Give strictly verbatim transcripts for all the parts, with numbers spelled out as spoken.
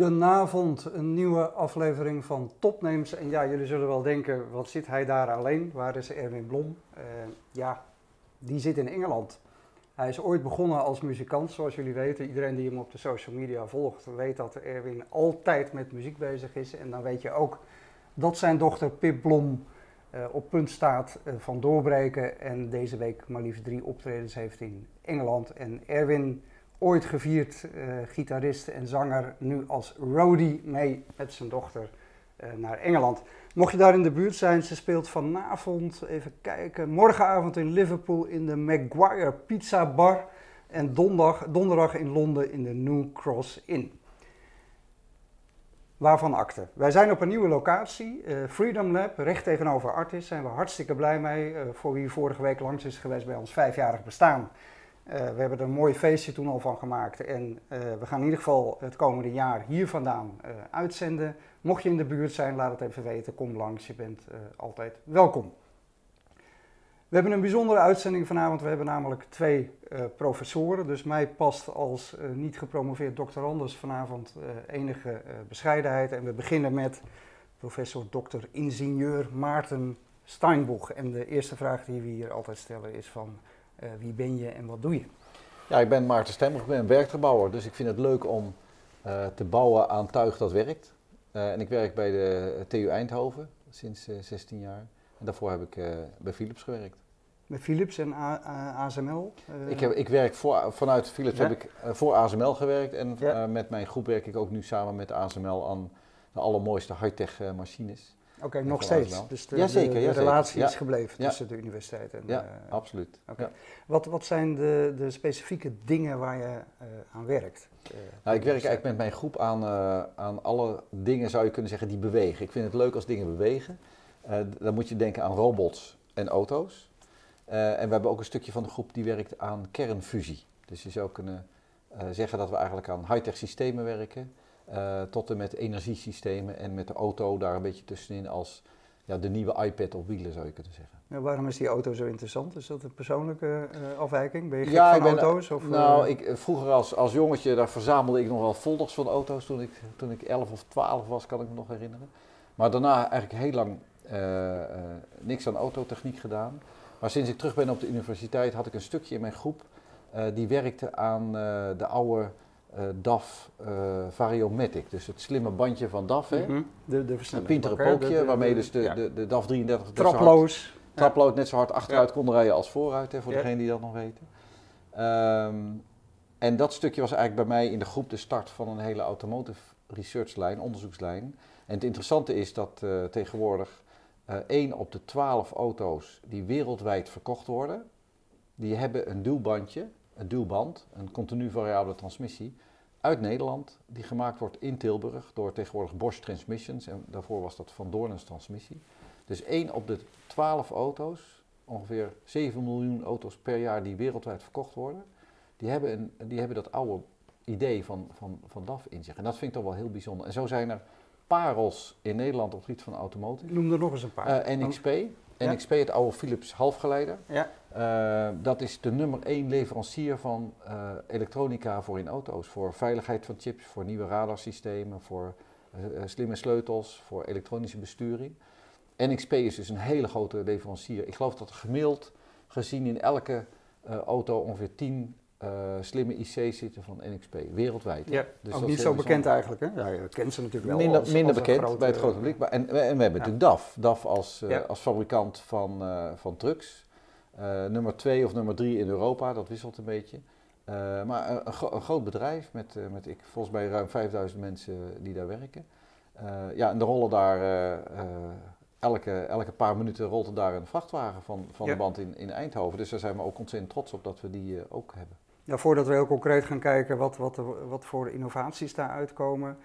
Goedenavond, een nieuwe aflevering van Topnames. En ja, jullie zullen wel denken, wat zit hij daar alleen? Waar is Erwin Blom? Uh, ja, die zit in Engeland. Hij is ooit begonnen als muzikant, zoals jullie weten. Iedereen die hem op de social media volgt, weet dat Erwin altijd met muziek bezig is. En dan weet je ook dat zijn dochter Pip Blom uh, op punt staat uh, van doorbreken. En deze week maar liefst drie optredens heeft in Engeland. En Erwin, ooit gevierd uh, gitarist en zanger, nu als roadie mee met zijn dochter uh, naar Engeland. Mocht je daar in de buurt zijn, ze speelt vanavond, even kijken, morgenavond in Liverpool in de Maguire Pizza Bar en donderdag, donderdag in Londen in de New Cross Inn. Waarvan akte. Wij zijn op een nieuwe locatie, uh, Freedom Lab, recht tegenover Artis. Zijn we hartstikke blij mee. Uh, voor wie vorige week langs is geweest bij ons vijfjarig bestaan. Uh, we hebben er een mooi feestje toen al van gemaakt en uh, we gaan in ieder geval het komende jaar hier vandaan uh, uitzenden. Mocht je in de buurt zijn, laat het even weten, kom langs, je bent uh, altijd welkom. We hebben een bijzondere uitzending vanavond, we hebben namelijk twee uh, professoren, dus mij past als uh, niet gepromoveerd doctorandus vanavond uh, enige uh, bescheidenheid. En we beginnen met professor dokter ingenieur Maarten Steinboeg. En de eerste vraag die we hier altijd stellen is van, Uh, wie ben je en wat doe je? Ja, ik ben Maarten Steinboeg, ik ben een werktuigbouwer, dus ik vind het leuk om uh, te bouwen aan tuig dat werkt. Uh, en ik werk bij de T U Eindhoven sinds uh, zestien jaar. En daarvoor heb ik uh, bij Philips gewerkt. Bij Philips en A A S M L? Uh... Ik, heb, ik werk voor, vanuit Philips ja. heb ik uh, voor A S M L gewerkt en ja. uh, met mijn groep werk ik ook nu samen met A S M L aan de allermooiste high-tech uh, machines. Oké, okay, nog steeds. Dus de, ja, zeker, de, de ja, relatie zeker. is ja. gebleven ja. tussen de universiteit en... Ja, uh, absoluut. Okay. Ja. Wat, wat zijn de, de specifieke dingen waar je uh, aan werkt? Uh, nou, ik werk eigenlijk met mijn groep aan, uh, aan alle dingen, zou je kunnen zeggen, die bewegen. Ik vind het leuk als dingen bewegen. Uh, dan moet je denken aan robots en auto's. Uh, en we hebben ook een stukje van de groep die werkt aan kernfusie. Dus je zou kunnen uh, zeggen dat we eigenlijk aan high-tech systemen werken. Uh, tot en met energiesystemen en met de auto daar een beetje tussenin als ja, de nieuwe iPad op wielen, zou je kunnen zeggen. Ja, waarom is die auto zo interessant? Is dat een persoonlijke uh, afwijking? Ben je gek ja, van ik ben, auto's? Of, nou, uh... ik, vroeger als, als jongetje daar verzamelde ik nog wel folders van auto's toen ik, toen ik elf of twaalf was, kan ik me nog herinneren. Maar daarna eigenlijk heel lang uh, uh, niks aan autotechniek gedaan. Maar sinds ik terug ben op de universiteit had ik een stukje in mijn groep uh, die werkte aan uh, de oude uh, D A F uh, Variomatic. Dus het slimme bandje van D A F, hè? Mm-hmm. De, de een pinterenpookje, waarmee dus de, ja. de, de D A F drieëndertig traploos, hard, traploos net zo hard achteruit ja. kon rijden als vooruit, hè, voor ja. degenen die dat nog weten. Um, en dat stukje was eigenlijk bij mij in de groep de start van een hele automotive research lijn, onderzoekslijn. En het interessante is dat uh, tegenwoordig uh, één op de twaalf auto's die wereldwijd verkocht worden, die hebben een duwbandje, een duwband, een continu variabele transmissie uit Nederland, die gemaakt wordt in Tilburg door tegenwoordig Bosch Transmissions en daarvoor was dat Van Doornens Transmissie. Dus één op de twaalf auto's, ongeveer zeven miljoen auto's per jaar die wereldwijd verkocht worden, die hebben, een, die hebben dat oude idee van, van, van D A F in zich. En dat vind ik toch wel heel bijzonder. En zo zijn er parels in Nederland op het gebied van automotive. Noem er nog eens een paar. Uh, N X P. Ja. N X P, het oude Philips halfgeleider. Ja. Uh, dat is de nummer één leverancier van uh, elektronica voor in auto's. Voor veiligheid van chips, voor nieuwe radarsystemen, voor uh, slimme sleutels, voor elektronische besturing. N X P is dus een hele grote leverancier. Ik geloof dat er gemiddeld gezien in elke uh, auto ongeveer tien uh, slimme I C's zitten van N X P, wereldwijd. Ja, dus ook dat niet is zo heel bekend bijzonder. eigenlijk, hè? Ja, je kent ze natuurlijk wel. Minder, als, minder als bekend grote, bij het grote publiek. Maar, en, en we hebben ja. natuurlijk D A F. D A F als, uh, ja. als fabrikant van, uh, van trucks. Uh, nummer twee of nummer drie in Europa, dat wisselt een beetje. Uh, maar een, een, gro een groot bedrijf met, uh, met ik, volgens mij ruim vijfduizend mensen die daar werken. Uh, ja, en er rollen daar, uh, uh, elke, elke paar minuten rolt er daar een vrachtwagen van, van ja. de band in, in Eindhoven. Dus daar zijn we ook ontzettend trots op dat we die uh, ook hebben. Ja, voordat we heel concreet gaan kijken wat, wat, wat voor innovaties daar uitkomen.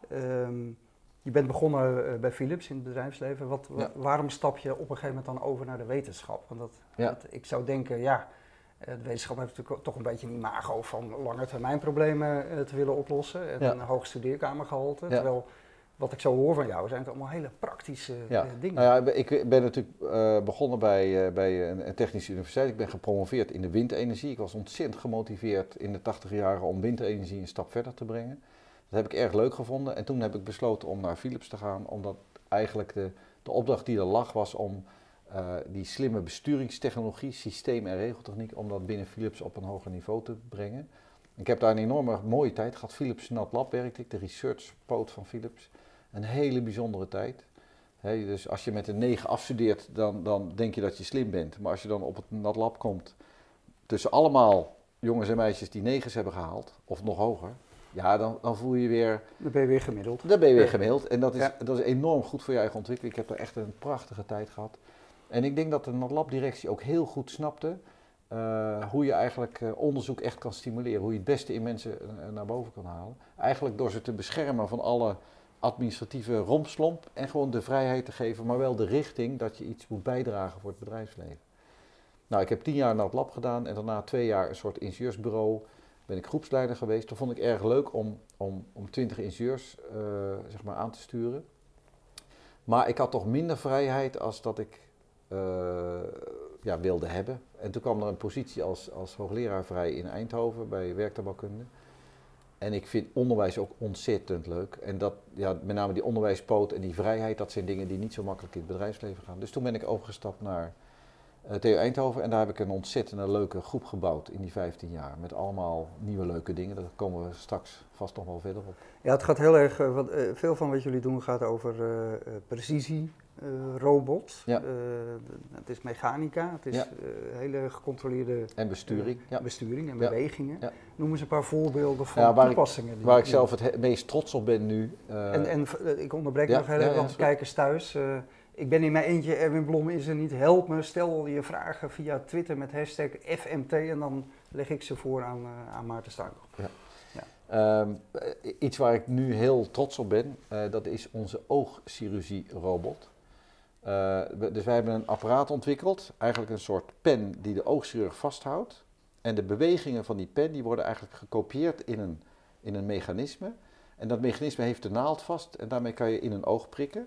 Um, je bent begonnen uh, bij Philips in het bedrijfsleven. Wat, ja. wa waarom stap je op een gegeven moment dan over naar de wetenschap? Want dat, ja. dat, ik zou denken, ja, de wetenschap heeft natuurlijk toch een beetje een imago van lange termijn problemen uh, te willen oplossen. En ja. een hoog studeerkamergehalte. Ja. Terwijl, wat ik zo hoor van jou, zijn het allemaal hele praktische ja. uh, dingen. Nou ja, ik ben natuurlijk uh, begonnen bij, uh, bij een, een technische universiteit. Ik ben gepromoveerd in de windenergie. Ik was ontzettend gemotiveerd in de tachtig jaren om windenergie een stap verder te brengen. Dat heb ik erg leuk gevonden en toen heb ik besloten om naar Philips te gaan, omdat eigenlijk de, de opdracht die er lag was om uh, die slimme besturingstechnologie, systeem- en regeltechniek, om dat binnen Philips op een hoger niveau te brengen. Ik heb daar een enorme mooie tijd gehad. Philips NatLab werkte ik, de research poot van Philips. Een hele bijzondere tijd. He, dus als je met een negen afstudeert, dan, dan denk je dat je slim bent. Maar als je dan op het NatLab komt, tussen allemaal jongens en meisjes die negens hebben gehaald, of nog hoger, ja, dan, dan voel je weer... Dan ben je weer gemiddeld. Dan ben je weer gemiddeld. En dat is, Ja. dat is enorm goed voor je eigen ontwikkeling. Ik heb er echt een prachtige tijd gehad. En ik denk dat de NatLab-directie ook heel goed snapte uh, hoe je eigenlijk uh, onderzoek echt kan stimuleren. Hoe je het beste in mensen uh, naar boven kan halen. Eigenlijk door ze te beschermen van alle administratieve rompslomp en gewoon de vrijheid te geven, maar wel de richting dat je iets moet bijdragen voor het bedrijfsleven. Nou, ik heb tien jaar NatLab gedaan en daarna twee jaar een soort ingenieursbureau. Ben ik groepsleider geweest. Dat vond ik erg leuk om, om, om twintig ingenieurs uh, zeg maar aan te sturen. Maar ik had toch minder vrijheid als dat ik uh, ja, wilde hebben. En toen kwam er een positie als, als hoogleraar vrij in Eindhoven bij werktuigbouwkunde. En ik vind onderwijs ook ontzettend leuk. En dat, ja, met name die onderwijspoot en die vrijheid, dat zijn dingen die niet zo makkelijk in het bedrijfsleven gaan. Dus toen ben ik overgestapt naar uh, T U Eindhoven en daar heb ik een ontzettend leuke groep gebouwd in die vijftien jaar. Met allemaal nieuwe leuke dingen, daar komen we straks vast nog wel verder op. Ja, het gaat heel erg, uh, wat, uh, veel van wat jullie doen gaat over uh, uh, precisie, uh, robots. Ja. Uh, het is mechanica, het is Ja. uh, hele gecontroleerde En besturing. uh, Ja. besturing en Ja. bewegingen. Ja. Noem eens een paar voorbeelden van Ja, waar toepassingen. Ik, die waar ik die- zelf het he- meest trots op ben nu. Uh, En, en uh, ik onderbreek Ja, nog heel ja, even, ja, want is de goed. kijkers thuis. Uh, ik ben in mijn eentje, Erwin Blom is er niet. Help me, stel je vragen via Twitter met hashtag F M T en dan leg ik ze voor aan, uh, aan Maarten Stuyndorp. Ja. Um, iets waar ik nu heel trots op ben, uh, dat is onze oogchirurgie-robot. Uh, we, dus wij hebben een apparaat ontwikkeld, eigenlijk een soort pen die de oogchirurg vasthoudt. En de bewegingen van die pen die worden eigenlijk gekopieerd in een, in een mechanisme. En dat mechanisme heeft de naald vast en daarmee kan je in een oog prikken.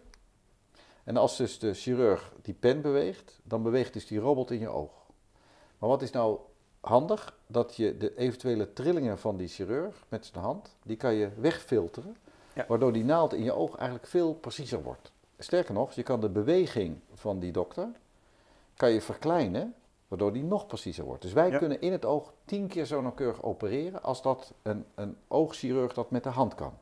En als dus de chirurg die pen beweegt, dan beweegt dus die robot in je oog. Maar wat is nou handig? Dat je de eventuele trillingen van die chirurg met zijn hand, die kan je wegfilteren. Ja. Waardoor die naald in je oog eigenlijk veel preciezer wordt. Sterker nog, je kan de beweging van die dokter kan je verkleinen, waardoor die nog preciezer wordt. Dus wij Ja. kunnen in het oog tien keer zo nauwkeurig opereren als dat een, een oogchirurg dat met de hand kan.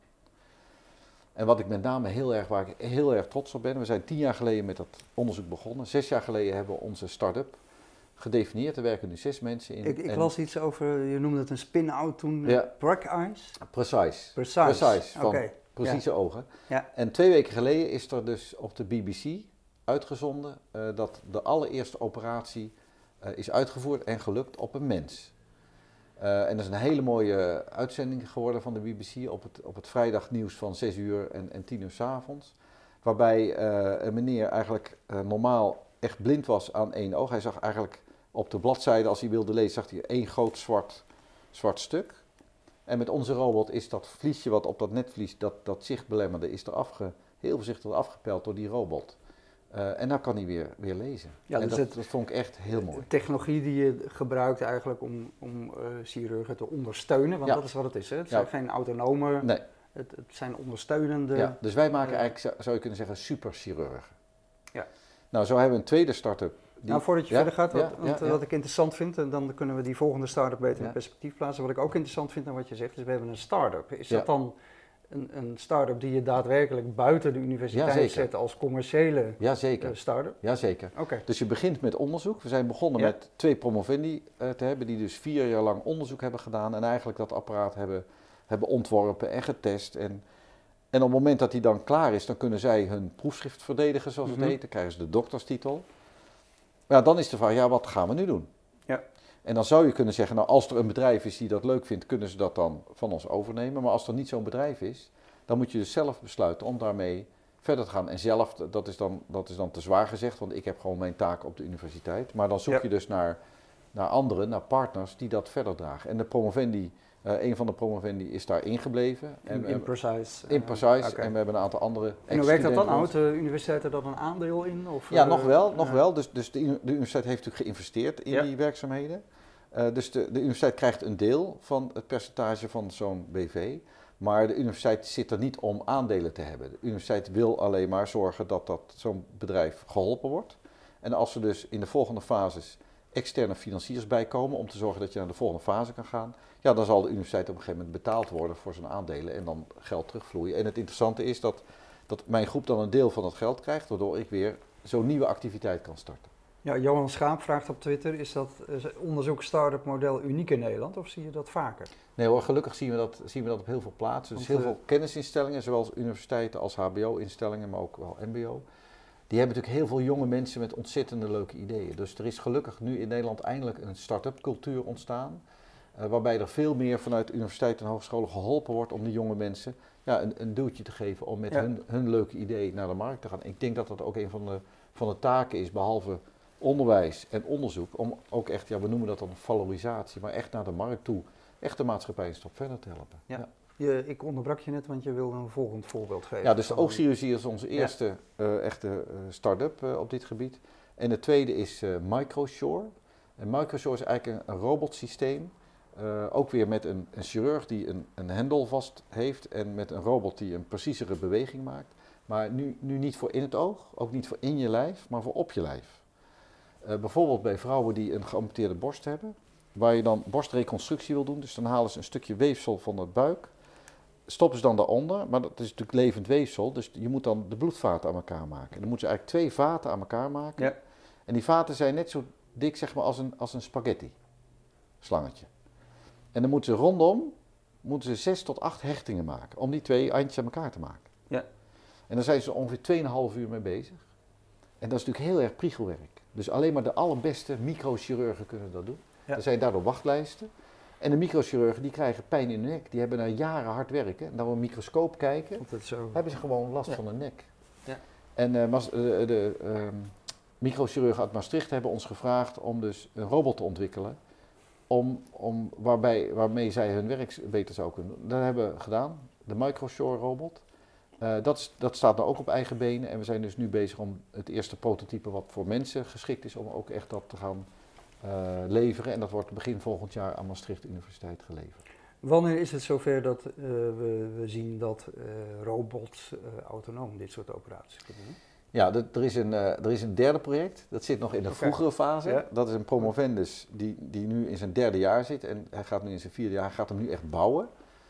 En wat ik met name heel erg, waar ik heel erg trots op ben, we zijn tien jaar geleden met dat onderzoek begonnen. Zes jaar geleden hebben we onze start-up gedefinieerd. Er werken nu zes mensen in. Ik, ik En- las iets over, je noemde het een spin-out toen, Ja. uh, Brack Eyes. Precise. Precise. Precise, van Oké. precieze ogen. Ja. En twee weken geleden is er dus op de B B C uitgezonden uh, dat de allereerste operatie uh, is uitgevoerd en gelukt op een mens. Uh, en dat is een hele mooie uitzending geworden van de B B C op het, op het vrijdagnieuws van zes uur en, en tien uur 's avonds. Waarbij uh, een meneer eigenlijk uh, normaal echt blind was aan één oog. Hij zag eigenlijk op de bladzijde, als hij wilde lezen, zag hij één groot zwart, zwart stuk. En met onze robot is dat vliesje wat op dat netvlies, dat, dat zicht belemmerde, is er afge, heel voorzichtig afgepeld door die robot. Uh, en dan kan hij weer, weer lezen. Ja, en dus dat, het- dat vond ik echt heel mooi. De technologie die je gebruikt eigenlijk om, om uh, chirurgen te ondersteunen, want Ja. dat is wat het is. Hè? Het Ja. zijn geen autonome, Nee, het, het zijn ondersteunende. ja, dus wij maken uh, eigenlijk, zou- zou je kunnen zeggen, superchirurgen. Ja. Nou, zo hebben we een tweede start-up. Die, Nou, voordat je ja, verder gaat, wat, ja, want, ja, uh, ja. wat ik interessant vind, en dan kunnen we die volgende start-up beter in Ja. perspectief plaatsen. Wat ik ook interessant vind aan wat je zegt, is we hebben een start-up. Is Ja. dat dan een, een start-up die je daadwerkelijk buiten de Ja, universiteit zeker. zet als commerciële Jazeker, uh, start-up? jazeker. Oké. Dus je begint met onderzoek. We zijn begonnen Ja. met twee promovendi uh, te hebben, die dus vier jaar lang onderzoek hebben gedaan en eigenlijk dat apparaat hebben, hebben ontworpen en getest. En, en op het moment dat die dan klaar is, dan kunnen zij hun proefschrift verdedigen, zoals Mhm. het heet. Dan krijgen ze de dokterstitel. Ja, dan is de vraag, ja, wat gaan we nu doen? Ja. En dan zou je kunnen zeggen, nou, als er een bedrijf is die dat leuk vindt, kunnen ze dat dan van ons overnemen. Maar als er niet zo'n bedrijf is, dan moet je dus zelf besluiten om daarmee verder te gaan. En zelf, dat is dan, dat is dan te zwaar gezegd, want ik heb gewoon mijn taak op de universiteit. Maar dan zoek Ja. je dus naar, naar anderen, naar partners die dat verder dragen. En de promovendi, uh, een van de promovendi is daar ingebleven. In, En, in Precise. in uh, Precise. oké. En we hebben een aantal andere En hoe werkt dat dan? ex-studenten Houdt de universiteit er dan een aandeel in? Of, Ja, uh, nog wel, nog uh, wel. Dus, dus de, uni- de universiteit heeft natuurlijk geïnvesteerd in Ja. die werkzaamheden. Uh, dus de, de universiteit krijgt een deel van het percentage van zo'n B V. Maar de universiteit zit er niet om aandelen te hebben. De universiteit wil alleen maar zorgen dat, dat zo'n bedrijf geholpen wordt. En als er dus in de volgende fases externe financiers bij komen om te zorgen dat je naar de volgende fase kan gaan, ja, dan zal de universiteit op een gegeven moment betaald worden voor zijn aandelen en dan geld terugvloeien. En het interessante is dat, dat mijn groep dan een deel van dat geld krijgt, waardoor ik weer zo'n nieuwe activiteit kan starten. Ja, Johan Schaap vraagt op Twitter, is dat is onderzoek start-up model uniek in Nederland of zie je dat vaker? Nee hoor, gelukkig zien we dat, zien we dat op heel veel plaatsen. Dus heel veel kennisinstellingen, zowel universiteiten als H B O-instellingen, maar ook wel M B O. Die hebben natuurlijk heel veel jonge mensen met ontzettende leuke ideeën. Dus er is gelukkig nu in Nederland eindelijk een start-up cultuur ontstaan. Uh, waarbij er veel meer vanuit universiteiten en hogescholen geholpen wordt om die jonge mensen ja, een, een duwtje te geven om met ja. hun, hun leuke idee naar de markt te gaan. En ik denk dat dat ook een van de, van de taken is, behalve onderwijs en onderzoek, om ook echt, ja, we noemen dat dan valorisatie, maar echt naar de markt toe, echt de maatschappij een stap verder te helpen. Ja. Ja. Je, ik onderbrak je net, want je wilde een volgend voorbeeld geven. Ja, dus de oogchirurgie is onze eerste ja. uh, echte uh, start-up uh, op dit gebied. En het tweede is uh, Microshore. En Microshore is eigenlijk een, een robotsysteem, uh, ook weer met een, een chirurg die een, een hendel vast heeft en met een robot die een preciezere beweging maakt. Maar nu, nu niet voor in het oog, ook niet voor in je lijf, maar voor op je lijf. Uh, bijvoorbeeld bij vrouwen die een geamputeerde borst hebben, waar je dan borstreconstructie wil doen. Dus dan halen ze een stukje weefsel van de buik, stoppen ze dan daaronder, maar dat is natuurlijk levend weefsel, dus je moet dan de bloedvaten aan elkaar maken. En dan moeten ze eigenlijk twee vaten aan elkaar maken. Ja. En die vaten zijn net zo dik, zeg maar, als een, als een spaghetti slangetje. En dan moeten ze rondom moeten ze zes tot acht hechtingen maken, om die twee eindjes aan elkaar te maken. Ja. En daar zijn ze ongeveer twee komma vijf uur mee bezig. En dat is natuurlijk heel erg priegelwerk. Dus alleen maar de allerbeste microchirurgen kunnen dat doen. Ja. Er zijn daardoor wachtlijsten. En de microchirurgen die krijgen pijn in de nek. Die hebben na jaren hard werken. En dan we een microscoop kijken, zo. hebben ze gewoon last ja. van de nek. Ja. En uh, mas, uh, de uh, microchirurgen uit Maastricht hebben ons gevraagd om dus een robot te ontwikkelen. Om, om waarbij, waarmee zij hun werk beter zou kunnen doen. Dat hebben we gedaan. De Microshore robot. Uh, dat, is, dat staat nou ook op eigen benen. En we zijn dus nu bezig om het eerste prototype wat voor mensen geschikt is, om ook echt dat te gaan uh, leveren. En dat wordt begin volgend jaar aan Maastricht Universiteit geleverd. Wanneer is het zover dat uh, we, we zien dat uh, robots uh, autonoom dit soort operaties kunnen doen? Ja, de, er, is een, uh, er is een derde project. Dat zit nog in een okay. vroegere fase. Ja. Dat is een promovendus die, die nu in zijn derde jaar zit. En hij gaat nu in zijn vierde jaar, hij gaat hem nu echt bouwen.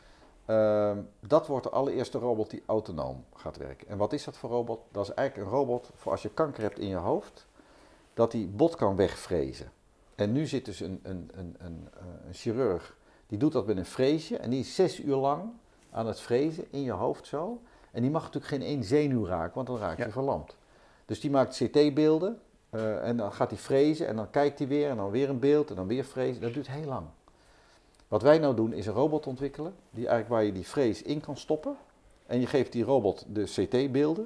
Uh, dat wordt de allereerste robot die autonoom gaat werken. En wat is dat voor robot? Dat is eigenlijk een robot voor als je kanker hebt in je hoofd, dat die bot kan wegfrezen. En nu zit dus een, een, een, een, een chirurg, die doet dat met een freesje en die is zes uur lang aan het frezen in je hoofd zo. En die mag natuurlijk geen één zenuw raken, want dan raak je ja. verlamd. Dus die maakt C T-beelden uh, en dan gaat hij frezen en dan kijkt hij weer en dan weer een beeld en dan weer frezen. Dat duurt heel lang. Wat wij nou doen is een robot ontwikkelen, die eigenlijk waar je die frees in kan stoppen. En je geeft die robot de C T-beelden.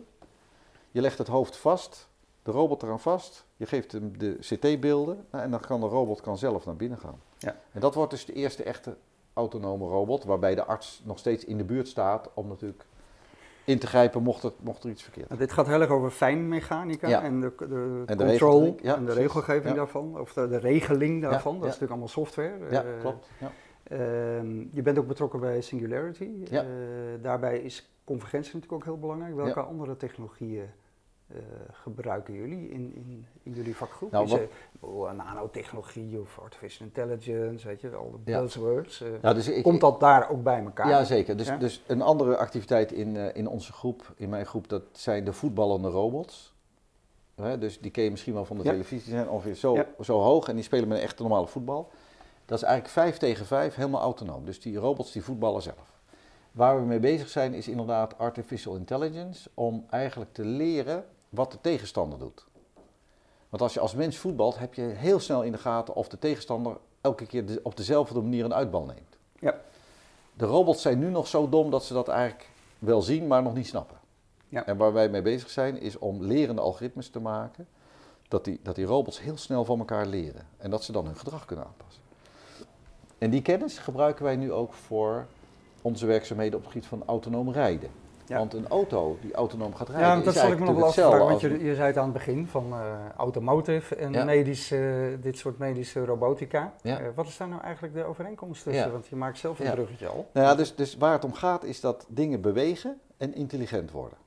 Je legt het hoofd vast, de robot eraan vast. Je geeft hem de C T-beelden en dan kan de robot kan zelf naar binnen gaan. Ja. En dat wordt dus de eerste echte autonome robot, waarbij de arts nog steeds in de buurt staat om natuurlijk in te grijpen mocht, het, mocht er iets verkeerd zijn. Dit gaat heel erg over fijnmechanica ja. en de, de en de control ja, en de regelgeving ja. daarvan, of de, de regeling daarvan. Ja, dat ja. is natuurlijk allemaal software. Ja, uh, klopt. Ja. Uh, je bent ook betrokken bij Singularity. Ja. Uh, daarbij is convergentie natuurlijk ook heel belangrijk. Welke ja. andere technologieën uh, gebruiken jullie in, in, in jullie vakgroep? Nou, is er oh, nanotechnologie of artificial intelligence, weet je, al de ja. buzzwords. Uh, ja, dus ik, komt dat daar ook bij elkaar? Ja, zeker. Dus, ja? dus een andere activiteit in, uh, in onze groep, in mijn groep, dat zijn de voetballende robots. He, dus die ken je misschien wel van de ja. televisie, die zijn ongeveer zo, ja. zo hoog en die spelen met een echte normale voetbal. Dat is eigenlijk vijf tegen vijf, helemaal autonoom. Dus die robots die voetballen zelf. Waar we mee bezig zijn is inderdaad artificial intelligence, om eigenlijk te leren wat de tegenstander doet. Want als je als mens voetbalt, heb je heel snel in de gaten of de tegenstander elke keer de, op dezelfde manier een uitbal neemt. Ja. De robots zijn nu nog zo dom dat ze dat eigenlijk wel zien, maar nog niet snappen. Ja. En waar wij mee bezig zijn is om lerende algoritmes te maken, dat die, dat die robots heel snel van elkaar leren. En dat ze dan hun gedrag kunnen aanpassen. En die kennis gebruiken wij nu ook voor onze werkzaamheden op het gebied van autonoom rijden. Ja. Want een auto die autonoom gaat rijden, Ja, dat is zal ik me nog wel eigenlijk afvragen, want hetzelfde je, je zei het aan het begin van uh, automotive en Ja. medische, dit soort medische robotica. Ja. Uh, wat is daar nou eigenlijk de overeenkomst tussen? Ja. Want je maakt zelf een Ja. bruggetje al. Nou ja, dus, dus waar het om gaat is dat dingen bewegen en intelligent worden.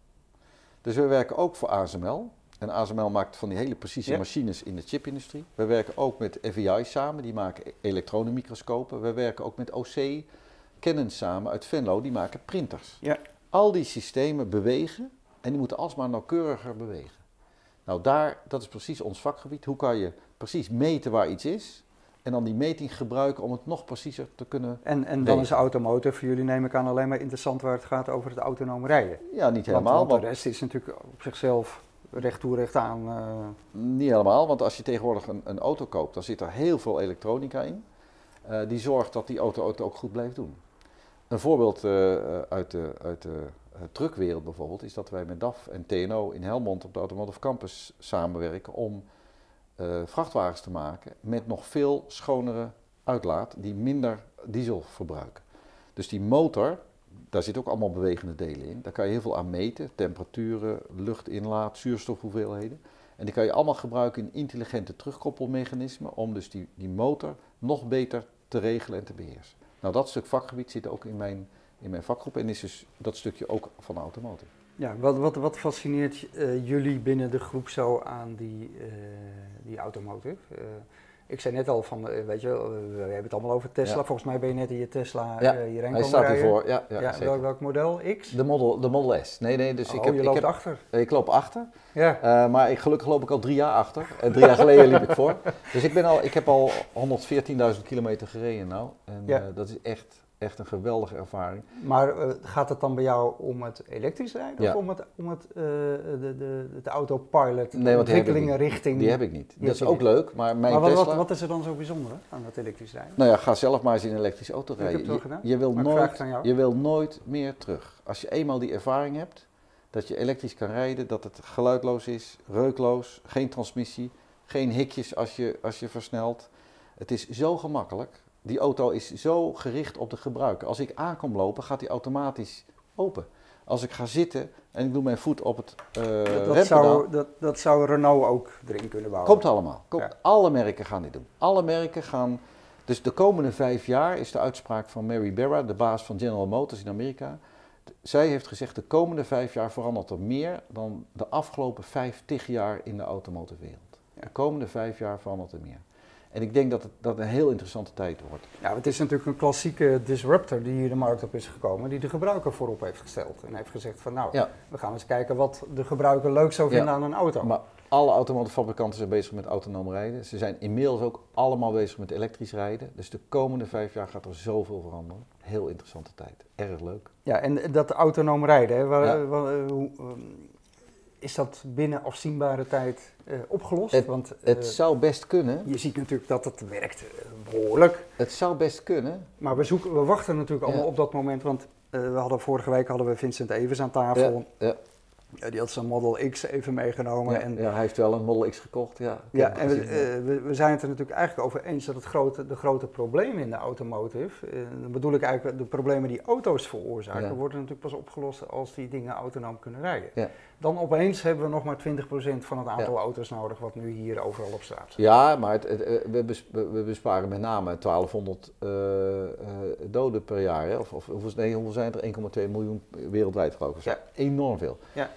Dus we werken ook voor A S M L. En A S M L maakt van die hele precieze Ja. machines in de chipindustrie. We werken ook met F E I samen, die maken elektronenmicroscopen. We werken ook met O C, Canon samen uit Venlo, die maken printers. Ja. Al die systemen bewegen en die moeten alsmaar nauwkeuriger bewegen. Nou, daar, dat is precies ons vakgebied. Hoe kan je precies meten waar iets is en dan die meting gebruiken om het nog preciezer te kunnen En, en dan wegen. is automotive voor jullie, neem ik aan, alleen maar interessant waar het gaat over het autonoom rijden. Ja, niet Want, helemaal. want de want- rest is natuurlijk op zichzelf recht toe, recht aan. Uh, Niet helemaal, want als je tegenwoordig een, een auto koopt, dan zit er heel veel elektronica in. Uh, die zorgt dat die auto het ook goed blijft doen. Een voorbeeld uh, uit de, uit de uh, truckwereld bijvoorbeeld is dat wij met D A F en T N O in Helmond op de Automotive Campus samenwerken om uh, vrachtwagens te maken met nog veel schonere uitlaat die minder diesel verbruiken. Dus die motor, daar zitten ook allemaal bewegende delen in. Daar kan je heel veel aan meten, temperaturen, luchtinlaat, zuurstofhoeveelheden. En die kan je allemaal gebruiken in intelligente terugkoppelmechanismen om dus die, die motor nog beter te regelen en te beheersen. Nou, dat stuk vakgebied zit ook in mijn, in mijn vakgroep en is dus dat stukje ook van automotive. ja, wat, wat, wat fascineert uh, jullie binnen de groep zo aan die, uh, die automotive? Uh, ik zei net al van, uh, weet je, uh, we hebben het allemaal over Tesla. Ja. Volgens mij ben je net in je Tesla Ja, uh, hierheen hij komen staat rijden. hiervoor. Ja, ja, Ja, zeker. welk, welk model? X? De Model, de Model S. Nee, nee, dus Oh, ik heb... je ik loopt heb, achter. Ik loop achter, Ja. uh, maar ik, gelukkig loop ik al drie jaar achter. En drie jaar geleden liep ik voor. Dus ik, ben al, ik heb al honderdveertienduizend kilometer gereden nou. En Ja. uh, dat is echt, echt een geweldige ervaring. Maar uh, gaat het dan bij jou om het elektrisch rijden Ja. of om het, om het, uh, de, de, de autopilot, de Nee, want die heb ik ontwikkelingen niet. richting... Die heb ik niet. Die Dat is heb je ook niet. leuk, maar mijn Maar wat, Tesla... wat, wat is er dan zo bijzonder aan dat elektrisch rijden? Nou ja, ga zelf maar eens in een elektrische auto Ik heb rijden. het wel Je, gedaan, je, wil maar ik vraag nooit, het aan jou. je wil nooit meer terug. Als je eenmaal die ervaring hebt, dat je elektrisch kan rijden, dat het geluidloos is, reukloos, geen transmissie, geen hikjes als je, als je versnelt. Het is zo gemakkelijk. Die auto is zo gericht op de gebruiker. Als ik aan kom lopen, gaat die automatisch open. Als ik ga zitten en ik doe mijn voet op het uh, Dat, dat, rempedaal, zou, dat, dat zou Renault ook erin kunnen bouwen. komt allemaal. Komt. Ja. Alle merken gaan dit doen. Alle merken gaan... Dus de komende vijf jaar is de uitspraak van Mary Barra, de baas van General Motors in Amerika. Zij heeft gezegd, de komende vijf jaar verandert er meer dan de afgelopen vijftig jaar in de automotive wereld. Ja. De komende vijf jaar verandert er meer. En ik denk dat het dat een heel interessante tijd wordt. Ja, het is natuurlijk een klassieke disruptor die hier de markt op is gekomen, die de gebruiker voorop heeft gesteld. En heeft gezegd van nou, Ja. we gaan eens kijken wat de gebruiker leuk zou vinden Ja. aan een auto. Maar alle automotive fabrikanten zijn bezig met autonoom rijden. Ze zijn inmiddels ook allemaal bezig met elektrisch rijden. Dus de komende vijf jaar gaat er zoveel veranderen. Heel interessante tijd. Erg leuk. Ja, en dat autonoom rijden, hè, waar, Ja. waar, uh, hoe, um, is dat binnen afzienbare tijd uh, opgelost? Het, Want uh, het zou best kunnen. je ziet natuurlijk dat het werkt uh, behoorlijk. Het zou best kunnen. Maar we, zoeken, we wachten natuurlijk allemaal Ja. op dat moment, want uh, we hadden, vorige week hadden we Vincent Evers aan tafel. Ja, ja. Ja, die had zijn Model X even meegenomen. Ja, en, ja, hij heeft wel een Model X gekocht. Ja, ik ja, heb en het we, gezien, ja. uh, we, we zijn het er natuurlijk eigenlijk over eens dat het grote, de grote problemen in de automotive, uh, dan bedoel ik eigenlijk de problemen die auto's veroorzaken, Ja. worden natuurlijk pas opgelost als die dingen autonoom kunnen rijden. Ja. Dan opeens hebben we nog maar twintig procent van het aantal ja. auto's nodig wat nu hier overal op straat staat. Ja, maar het, het, we, bes, we besparen met name twaalfhonderd uh, uh, doden per jaar. Hè? Of, of hoeveel, nee, hoeveel zijn er? één komma twee miljoen wereldwijd geloof ik. Ja. Enorm veel. Ja.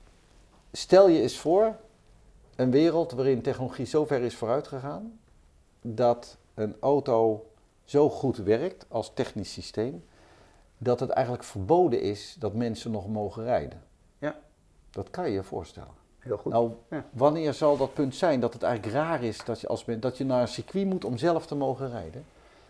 Stel je eens voor een wereld waarin technologie zo ver is vooruit gegaan dat een auto zo goed werkt als technisch systeem dat het eigenlijk verboden is dat mensen nog mogen rijden. Ja. Dat kan je je voorstellen. Heel goed. Nou, ja. wanneer zal dat punt zijn dat het eigenlijk raar is dat je, als, dat je naar een circuit moet om zelf te mogen rijden?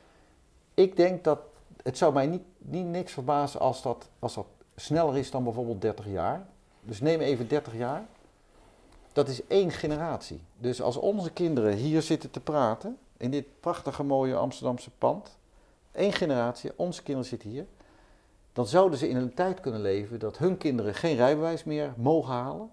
Ik denk dat, het zou mij niet, niet niks verbazen als dat, als dat sneller is dan bijvoorbeeld dertig jaar. Dus neem even dertig jaar. Dat is één generatie. Dus als onze kinderen hier zitten te praten, in dit prachtige mooie Amsterdamse pand, één generatie, onze kinderen zitten hier, dan zouden ze in een tijd kunnen leven dat hun kinderen geen rijbewijs meer mogen halen,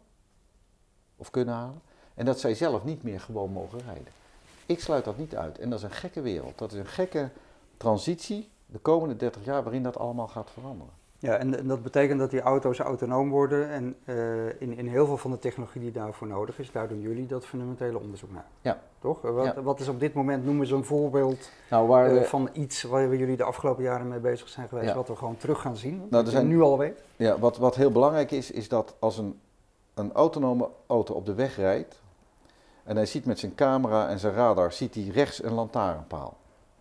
of kunnen halen, en dat zij zelf niet meer gewoon mogen rijden. Ik sluit dat niet uit. En dat is een gekke wereld. Dat is een gekke transitie de komende dertig jaar waarin dat allemaal gaat veranderen. Ja, en, en dat betekent dat die auto's autonoom worden en uh, in, in heel veel van de technologie die daarvoor nodig is, daar doen jullie dat fundamentele onderzoek naar. Ja. Toch? Wat, ja. wat is op dit moment, noemen ze een voorbeeld nou, waar uh, we, van iets waar jullie de afgelopen jaren mee bezig zijn geweest, ja. wat we gewoon terug gaan zien, nou, wat je nu al weet? Ja, wat, wat heel belangrijk is, is dat als een, een autonome auto op de weg rijdt en hij ziet met zijn camera en zijn radar, ziet hij rechts een lantaarnpaal.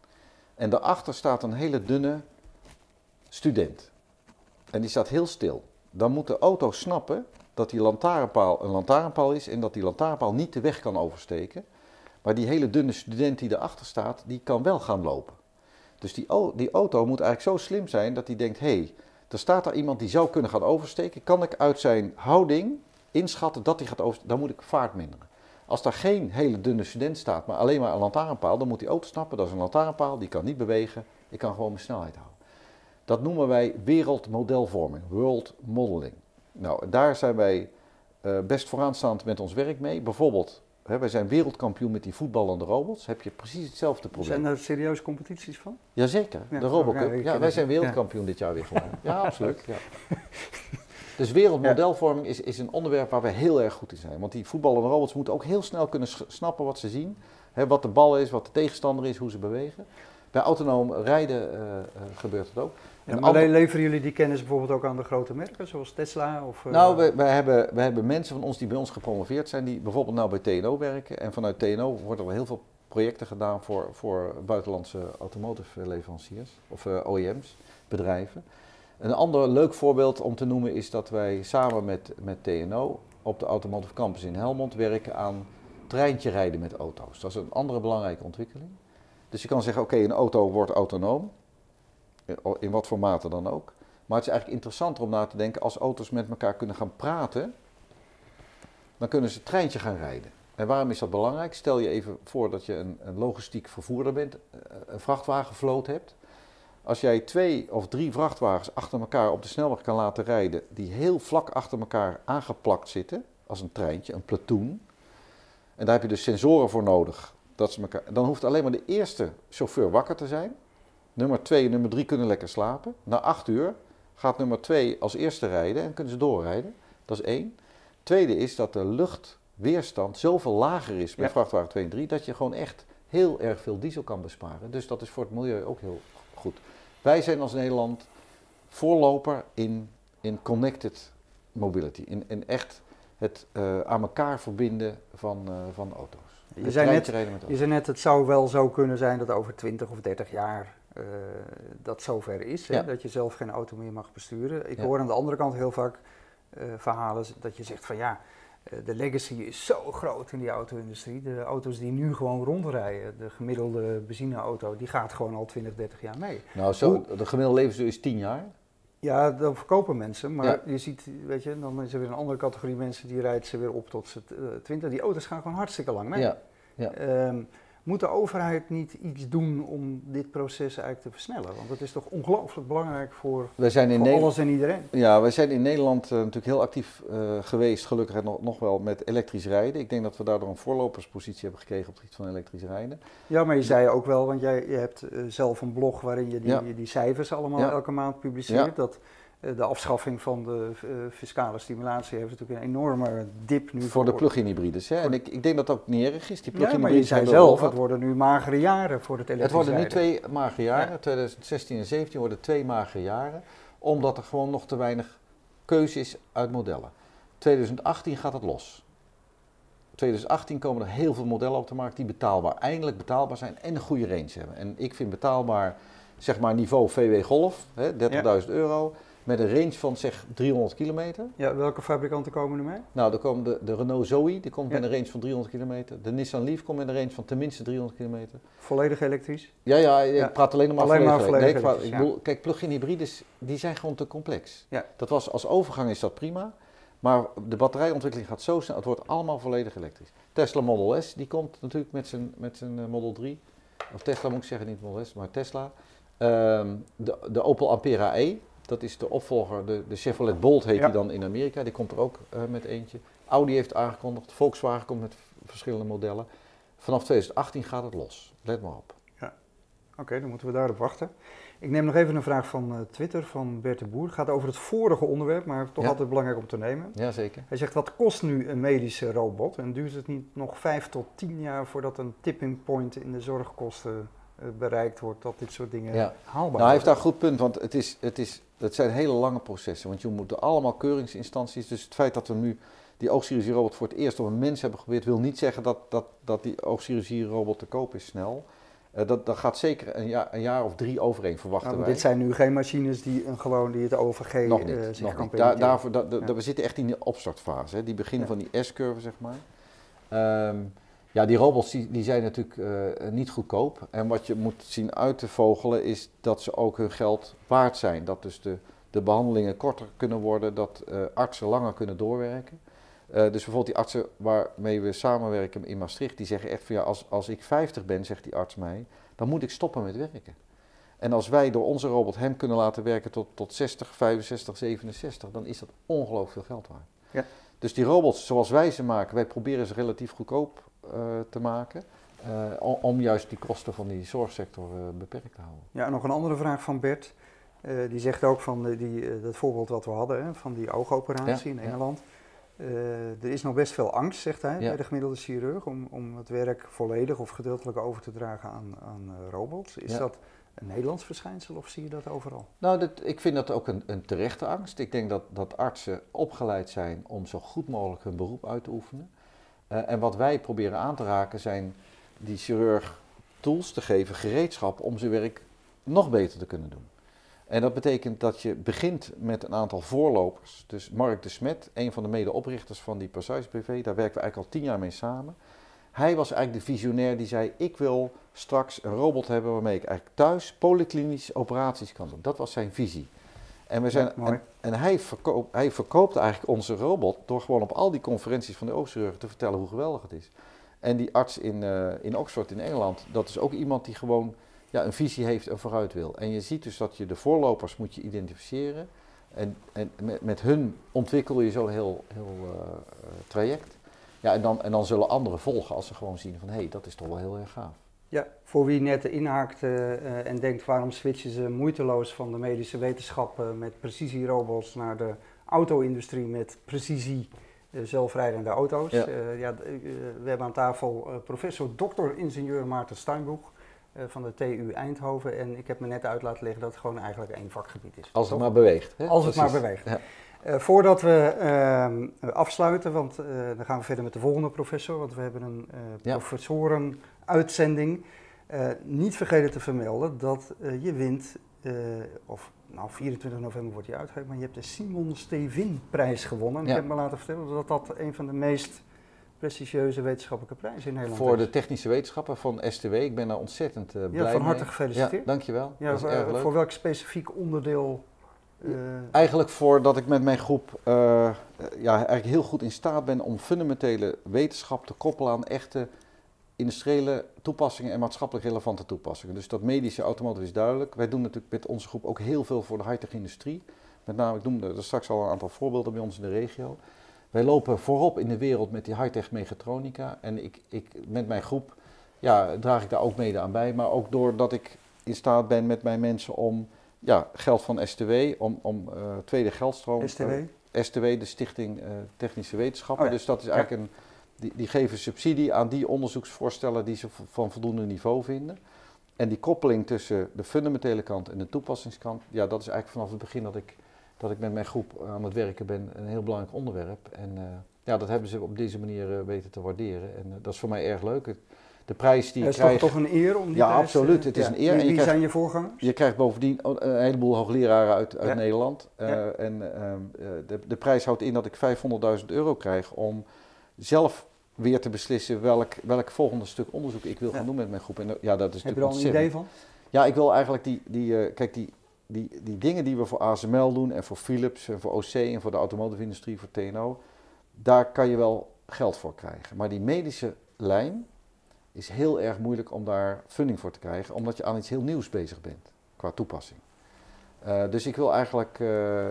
En daarachter staat een hele dunne student. En die staat heel stil. Dan moet de auto snappen dat die lantaarnpaal een lantaarnpaal is en dat die lantaarnpaal niet de weg kan oversteken. Maar die hele dunne student die erachter staat, die kan wel gaan lopen. Dus die, die auto moet eigenlijk zo slim zijn dat hij denkt, hé, hey, er staat daar iemand die zou kunnen gaan oversteken. Kan ik uit zijn houding inschatten dat hij gaat oversteken? Dan moet ik vaart minderen. Als daar geen hele dunne student staat, maar alleen maar een lantaarnpaal, dan moet die auto snappen, dat is een lantaarnpaal, die kan niet bewegen, ik kan gewoon mijn snelheid houden. Dat noemen wij wereldmodelvorming, world modeling. Nou, daar zijn wij uh, best vooraanstaand met ons werk mee. Bijvoorbeeld, hè, wij zijn wereldkampioen met die voetballende robots, heb je precies hetzelfde probleem. Zijn er serieuze competities van? Jazeker, ja, de Robocup. Ja, ja, wij zijn wereldkampioen ja. dit jaar weer gewonnen. Ja, absoluut. Ja. Dus wereldmodelvorming is, is een onderwerp waar we heel erg goed in zijn. Want die voetballende robots moeten ook heel snel kunnen snappen wat ze zien. Hè, wat de bal is, wat de tegenstander is, hoe ze bewegen. Bij autonoom rijden uh, uh, gebeurt het ook. Ja, maar ander... leveren jullie die kennis bijvoorbeeld ook aan de grote merken, zoals Tesla? Of, uh... Nou, wij, wij, hebben, wij hebben mensen van ons die bij ons gepromoveerd zijn, die bijvoorbeeld nou bij T N O werken. En vanuit T N O worden er heel veel projecten gedaan voor, voor buitenlandse automotive leveranciers of uh, O E M's, bedrijven. Een ander leuk voorbeeld om te noemen is dat wij samen met, met T N O op de Automotive Campus in Helmond werken aan treintje rijden met auto's. Dat is een andere belangrijke ontwikkeling. Dus je kan zeggen, oké, okay, een auto wordt autonoom, in wat voor mate dan ook. Maar het is eigenlijk interessanter om na te denken, als auto's met elkaar kunnen gaan praten, dan kunnen ze het treintje gaan rijden. En waarom is dat belangrijk? Stel je even voor dat je een, een logistiek vervoerder bent, een vrachtwagenvloot hebt. Als jij twee of drie vrachtwagens achter elkaar op de snelweg kan laten rijden, die heel vlak achter elkaar aangeplakt zitten, als een treintje, een platoon, en daar heb je dus sensoren voor nodig, dat ze elkaar, dan hoeft alleen maar de eerste chauffeur wakker te zijn. Nummer twee en nummer drie kunnen lekker slapen. Na acht uur gaat nummer twee als eerste rijden en kunnen ze doorrijden. Dat is één. Tweede is dat de luchtweerstand zoveel lager is bij ja. vrachtwagen twee en drie, dat je gewoon echt heel erg veel diesel kan besparen. Dus dat is voor het milieu ook heel goed. Wij zijn als Nederland voorloper in, in connected mobility. In, in echt het uh, aan elkaar verbinden van, uh, van auto's. Je zei, net, je zei net, het zou wel zo kunnen zijn dat over twintig of dertig jaar uh, dat zover is. Hè? Ja. Dat je zelf geen auto meer mag besturen. Ik ja. hoor aan de andere kant heel vaak uh, verhalen dat je zegt van ja, uh, de legacy is zo groot in die auto-industrie. De auto's die nu gewoon rondrijden, de gemiddelde benzineauto, die gaat gewoon al twintig, dertig jaar mee. Nou, zo, Hoe, de gemiddelde levensduur is tien jaar. Ja, dan verkopen mensen, maar ja. je ziet, weet je, dan is er weer een andere categorie mensen die rijdt ze weer op tot ze uh, twintig. Die auto's gaan gewoon hartstikke lang mee. Ja. Ja. Um, moet de overheid niet iets doen om dit proces eigenlijk te versnellen? Want het is toch ongelooflijk belangrijk voor, wij zijn in voor Nederland, alles en iedereen. Ja, wij zijn in Nederland uh, natuurlijk heel actief uh, geweest, gelukkig nog, nog wel met elektrisch rijden. Ik denk dat we daardoor een voorloperspositie hebben gekregen op het gebied van elektrisch rijden. Ja, maar je zei ook wel, want jij je hebt uh, zelf een blog waarin je die, ja. die cijfers allemaal ja. elke maand publiceert. Ja. Dat de afschaffing van de uh, fiscale stimulatie heeft natuurlijk een enorme dip nu. Voor de plug-in hybrides. Hè? En ik, ik denk dat dat ook niet erg is. Die plug-in ja, maar hybrides je zei zelf, het worden nu magere jaren voor het elektrisch Het worden nu rijden. twee magere jaren. Ja. twintig zestien en zeventien worden twee magere jaren. Omdat er gewoon nog te weinig keuze is uit modellen. twintig achttien gaat het los. twintig achttien komen er heel veel modellen op de markt die betaalbaar, eindelijk betaalbaar zijn en een goede range hebben. En ik vind betaalbaar, zeg maar niveau V W Golf, dertigduizend ja. euro. Met een range van zeg driehonderd kilometer. Ja, welke fabrikanten komen er mee? Nou, er komt de, de Renault Zoe, die komt ja. met een range van driehonderd kilometer. De Nissan Leaf komt met een range van tenminste driehonderd kilometer. Volledig elektrisch? Ja, ja, ik ja. praat alleen nog maar alleen volledig, maar volledig nee, elektrisch. Ik bedoel, ja. Kijk, plug-in hybrides, die zijn gewoon te complex. Ja. Dat was, als overgang is dat prima. Maar de batterijontwikkeling gaat zo snel, het wordt allemaal volledig elektrisch. Tesla Model S, die komt natuurlijk met zijn, met zijn uh, Model drie. Of Tesla moet ik zeggen, niet Model S, maar Tesla. Um, de, de Opel Ampera E. Dat is de opvolger, de, de Chevrolet Bolt heet ja. die dan in Amerika, die komt er ook uh, met eentje. Audi heeft aangekondigd, Volkswagen komt met verschillende modellen. Vanaf twintig achttien gaat het los, let maar op. Ja. Oké, okay, dan moeten we daarop wachten. Ik neem nog even een vraag van uh, Twitter van Bert de Boer. Het gaat over het vorige onderwerp, maar toch ja. altijd belangrijk om te nemen. Ja, zeker. Hij zegt, wat kost nu een medische robot? En duurt het niet nog vijf tot tien jaar voordat een tipping point in de zorgkosten uh, bereikt wordt, dat dit soort dingen ja. haalbaar nou, worden? hij heeft daar een goed punt, want het, is, het, is, het zijn hele lange processen. Want je moet allemaal keuringsinstanties, dus het feit dat we nu die oogchirurgie-robot voor het eerst op een mens hebben geprobeerd, wil niet zeggen dat, dat, dat die oogchirurgie-robot te koop is snel. Uh, dat, dat gaat zeker een jaar, een jaar of drie overheen, verwachten nou, wij. Dit zijn nu geen machines die, een, gewoon, die het O V G nog niet, uh, zich nog kan niet. Daar, daarvoor, da, da, ja. We zitten echt in de opstartfase, hè. Die begin ja. van die S-curve, zeg maar. Um, ja, die robots die, die zijn natuurlijk uh, niet goedkoop. En wat je moet zien uit te vogelen is dat ze ook hun geld waard zijn. Dat dus de, de behandelingen korter kunnen worden, dat uh, artsen langer kunnen doorwerken. Uh, dus bijvoorbeeld die artsen waarmee we samenwerken in Maastricht, die zeggen echt van ja, als, als ik vijftig ben, zegt die arts mij, dan moet ik stoppen met werken. En als wij door onze robot hem kunnen laten werken tot, tot zestig, vijfenzestig, zevenenzestig, dan is dat ongelooflijk veel geld waard. Ja. Dus die robots zoals wij ze maken, wij proberen ze relatief goedkoop uh, te maken, uh, om, om juist die kosten van die zorgsector uh, beperkt te houden. Ja, en nog een andere vraag van Bert. Uh, die zegt ook van uh, die, uh, dat voorbeeld wat we hadden, hè, van die oogoperatie ja, in Engeland. Ja. Uh, er is nog best veel angst, zegt hij, ja. bij de gemiddelde chirurg, om, om het werk volledig of gedeeltelijk over te dragen aan, aan uh, robots. Is ja. dat een Nederlands verschijnsel of zie je dat overal? Nou, dat, ik vind dat ook een, een terechte angst. Ik denk dat, dat artsen opgeleid zijn om zo goed mogelijk hun beroep uit te oefenen. Uh, en wat wij proberen aan te raken zijn die chirurg tools te geven, gereedschap om zijn werk nog beter te kunnen doen. En dat betekent dat je begint met een aantal voorlopers. Dus Mark de Smet, een van de medeoprichters van die Precise B V, daar werken we eigenlijk al tien jaar mee samen. Hij was eigenlijk de visionair die zei, ik wil straks een robot hebben waarmee ik eigenlijk thuis polyklinisch operaties kan doen. Dat was zijn visie. En, we zijn, ja, en, en hij, verkoop, hij verkoopt eigenlijk onze robot door gewoon op al die conferenties van de oogchirurgen te vertellen hoe geweldig het is. En die arts in, uh, in Oxford in Engeland, dat is ook iemand die gewoon ja, een visie heeft en vooruit wil. En je ziet dus dat je de voorlopers moet je identificeren. En, en met, met hun ontwikkel je zo'n heel, heel uh, traject. Ja, en dan, en dan zullen anderen volgen als ze gewoon zien van hé, hey, dat is toch wel heel erg gaaf. Ja, voor wie net inhaakt uh, en denkt waarom switchen ze moeiteloos van de medische wetenschappen met precisierobots naar de auto-industrie met precisie uh, zelfrijdende auto's. Ja. Uh, ja, uh, we hebben aan tafel uh, professor dokter ingenieur Maarten Steinbroek uh, van de T U Eindhoven en ik heb me net uit laten leggen dat het gewoon eigenlijk één vakgebied is. Als toch? het maar beweegt. Hè? Als het Precies. maar beweegt. Ja. Uh, voordat we uh, afsluiten, want uh, dan gaan we verder met de volgende professor, want we hebben een uh, ja. professoren-uitzending. Uh, niet vergeten te vermelden dat uh, je wint, uh, of nou vierentwintig november wordt je uitgereikt, maar je hebt de Simon Stevin-prijs gewonnen. En ja. ik heb me laten vertellen dat dat een van de meest prestigieuze wetenschappelijke prijzen in Nederland Voor is. de technische wetenschappen van S T W, ik ben daar ontzettend uh, blij mee. Ja, van harte gefeliciteerd. Ja, dankjewel. Ja, dat is erg leuk. Voor welk specifiek onderdeel? Uh, eigenlijk voordat ik met mijn groep uh, ja, eigenlijk heel goed in staat ben om fundamentele wetenschap te koppelen aan echte industriële toepassingen en maatschappelijk relevante toepassingen. Dus dat medische automotive is duidelijk. Wij doen natuurlijk met onze groep ook heel veel voor de high-tech industrie. Met name, ik noemde er straks al een aantal voorbeelden bij ons in de regio. Wij lopen voorop in de wereld met die high-tech mechatronica. En ik, ik, met mijn groep ja, draag ik daar ook mede aan bij. Maar ook doordat ik in staat ben met mijn mensen om ja, geld van S T W, om, om uh, tweede geldstroom. S T W? Uh, S T W, de Stichting uh, Technische Wetenschappen. Oh ja. Dus dat is eigenlijk ja. een... Die, die geven subsidie aan die onderzoeksvoorstellen die ze van voldoende niveau vinden. En die koppeling tussen de fundamentele kant en de toepassingskant, ja, dat is eigenlijk vanaf het begin dat ik, dat ik met mijn groep aan het werken ben een heel belangrijk onderwerp. En uh, ja, dat hebben ze op deze manier uh, weten te waarderen. En uh, dat is voor mij erg leuk. De prijs die je krijgt... Het is toch een eer om die Ja, prijs, absoluut. Het is ja. een eer. Wie, en je wie krijgt, zijn je voorgangers? Je krijgt bovendien een heleboel hoogleraren uit, uit ja. Nederland. Uh, ja. En uh, de, de prijs houdt in dat ik vijfhonderdduizend euro krijg om zelf weer te beslissen welk, welk volgende stuk onderzoek ik wil gaan ja. doen met mijn groep. En ja, dat is Heb je er al een idee van? Ja, ik wil eigenlijk die, die uh, kijk, die, die, die dingen die we voor A S M L doen en voor Philips en voor O C en voor de automotive industrie, voor T N O, daar kan je wel geld voor krijgen. Maar die medische lijn is heel erg moeilijk om daar funding voor te krijgen, omdat je aan iets heel nieuws bezig bent, qua toepassing. Uh, dus ik wil eigenlijk uh, uh,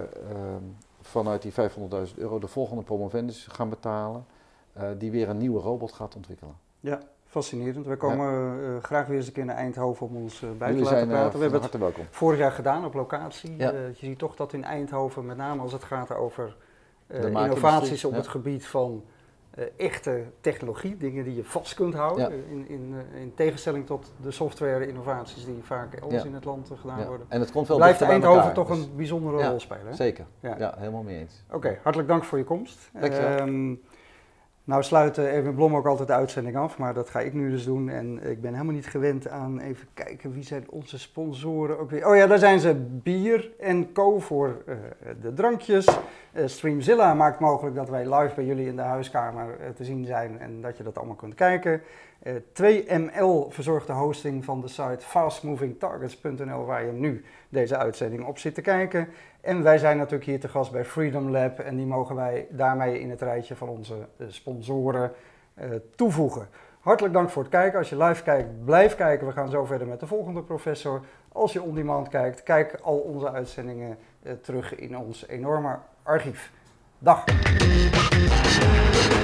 vanuit die vijfhonderdduizend euro de volgende promovendus gaan betalen, Uh, die weer een nieuwe robot gaat ontwikkelen. Ja, Fascinerend. We komen ja. uh, graag weer eens een keer naar Eindhoven om ons uh, bij Jullie te laten zijn, praten. Uh, we hebben het welkom. vorig jaar gedaan op locatie. Ja. Uh, je ziet toch dat in Eindhoven, met name als het gaat over uh, innovaties op ja. het gebied van uh, echte technologie, dingen die je vast kunt houden, ja. in, in, uh, in tegenstelling tot de software-innovaties die vaak elders ja. in het land uh, gedaan ja. worden. En het komt wel Blijft Eindhoven elkaar, toch dus een bijzondere ja, rol spelen. Hè? Zeker, ja. ja, helemaal mee eens. Oké, okay, hartelijk dank voor je komst. Dankjewel. Nou sluit Erwin Blom ook altijd de uitzending af, maar dat ga ik nu dus doen. En ik ben helemaal niet gewend aan, even kijken, wie zijn onze sponsoren ook weer. Oh ja, daar zijn ze, Bier en Co voor uh, de drankjes. Uh, Streamzilla maakt mogelijk dat wij live bij jullie in de huiskamer uh, te zien zijn en dat je dat allemaal kunt kijken. Uh, twee M L verzorgt de hosting van de site fast moving targets punt n l waar je nu deze uitzending op zit te kijken. En wij zijn natuurlijk hier te gast bij Freedom Lab en die mogen wij daarmee in het rijtje van onze uh, sponsoren uh, toevoegen. Hartelijk dank voor het kijken. Als je live kijkt, blijf kijken. We gaan zo verder met de volgende professor. Als je on demand kijkt, kijk al onze uitzendingen uh, terug in ons enorme archief. Dag!